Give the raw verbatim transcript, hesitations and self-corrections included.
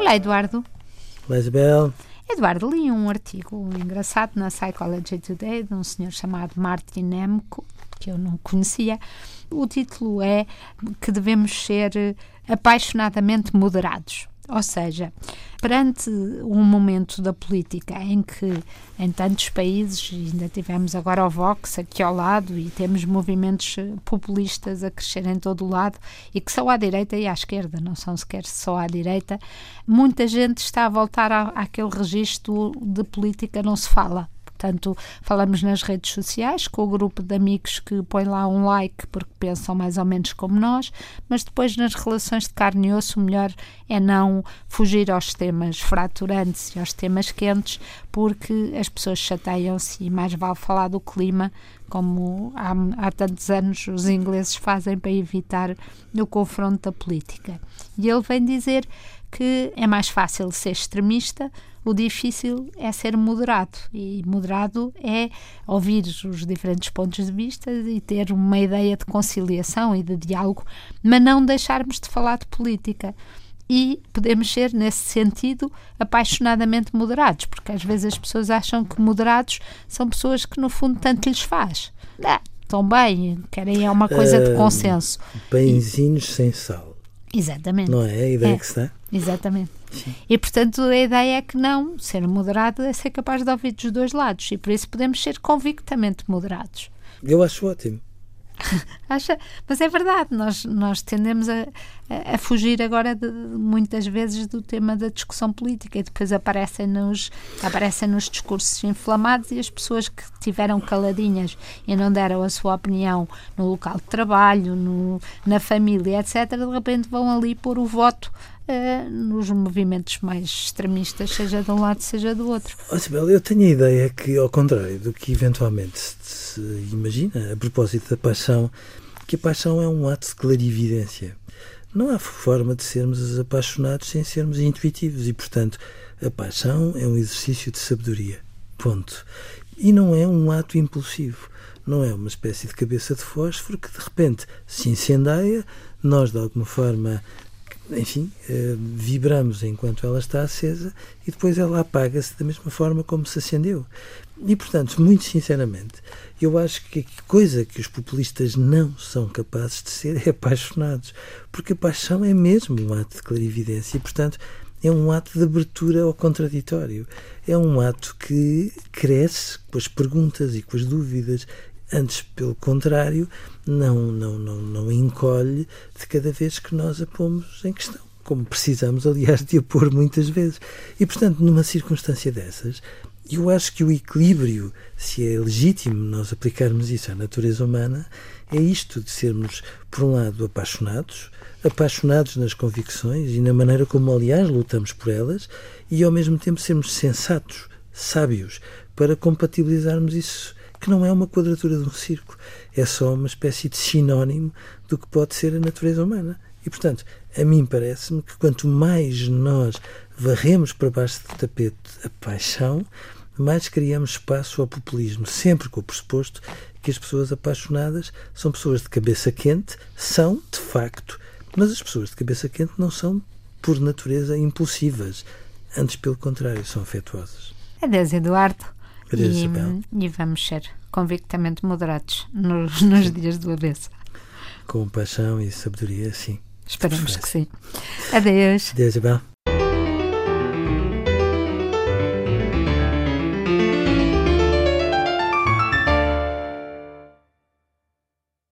Olá, Eduardo. Olá, Isabel. Eduardo, li um artigo engraçado na Psychology Today de um senhor chamado Martin Nemko, que eu não conhecia. O título é que devemos ser apaixonadamente moderados. Ou seja, perante um momento da política em que em tantos países, ainda tivemos agora o Vox aqui ao lado e temos movimentos populistas a crescer em todo o lado e que são à direita e à esquerda, não são sequer só à direita, muita gente está a voltar à, àquele registro de política não se fala. Portanto, falamos nas redes sociais com o grupo de amigos que põe lá um like porque pensam mais ou menos como nós, mas depois nas relações de carne e osso o melhor é não fugir aos temas fraturantes e aos temas quentes, porque as pessoas chateiam-se e mais vale falar do clima, como há, há tantos anos os ingleses fazem para evitar o confronto da política. E ele vem dizer que é mais fácil ser extremista, o difícil é ser moderado, e moderado é ouvir os diferentes pontos de vista e ter uma ideia de conciliação e de diálogo, mas não deixarmos de falar de política. E podemos ser, nesse sentido, apaixonadamente moderados, porque às vezes as pessoas acham que moderados são pessoas que no fundo tanto lhes faz. Ah, estão bem, querem é uma coisa de consenso. Uh, pãezinhos e... sem sal. Exatamente. Não é a ideia é. que se dá? Exatamente. Sim. E, portanto, a ideia é que não, ser moderado é ser capaz de ouvir dos dois lados e por isso podemos ser convictamente moderados. Eu acho ótimo. Acha? Mas é verdade, nós, nós tendemos a, a, a fugir agora de, muitas vezes do tema da discussão política e depois aparecem nos, aparecem nos discursos inflamados e as pessoas que tiveram caladinhas e não deram a sua opinião no local de trabalho, no, na família, etcétera, de repente vão ali pôr o voto Uh, nos movimentos mais extremistas, seja de um lado, seja do outro. Oh, Isabel, eu tenho a ideia que, ao contrário do que eventualmente se imagina, a propósito da paixão, que a paixão é um ato de clarividência. Não há forma de sermos apaixonados sem sermos intuitivos e, portanto, a paixão é um exercício de sabedoria. Ponto. E não é um ato impulsivo. Não é uma espécie de cabeça de fósforo que, de repente, se incendeia, nós, de alguma forma... enfim, eh, vibramos enquanto ela está acesa e depois ela apaga-se da mesma forma como se acendeu. E, portanto, muito sinceramente, eu acho que a coisa que os populistas não são capazes de ser é apaixonados, porque a paixão é mesmo um ato de clarividência e, portanto, é um ato de abertura ao contraditório. É um ato que cresce com as perguntas e com as dúvidas. Antes, pelo contrário, não, não, não, não encolhe de cada vez que nós a pomos em questão, como precisamos, aliás, de a pôr muitas vezes. E, portanto, numa circunstância dessas, eu acho que o equilíbrio, se é legítimo nós aplicarmos isso à natureza humana, é isto de sermos, por um lado, apaixonados, apaixonados nas convicções e na maneira como, aliás, lutamos por elas, e, ao mesmo tempo, sermos sensatos, sábios, para compatibilizarmos isso, que não é uma quadratura de um círculo, é só uma espécie de sinónimo do que pode ser a natureza humana. E, portanto, a mim parece-me que quanto mais nós varremos para baixo do tapete a paixão, mais criamos espaço ao populismo, sempre com o pressuposto que as pessoas apaixonadas são pessoas de cabeça quente, são, de facto, mas as pessoas de cabeça quente não são, por natureza, impulsivas. Antes, pelo contrário, são afetuosas. Adeus, Eduardo. Adeus, e, Isabel. e vamos ser convictamente moderados nos, nos dias do avesso. Com paixão e sabedoria, sim. Esperemos que sim. Adeus. Adeus, Isabel.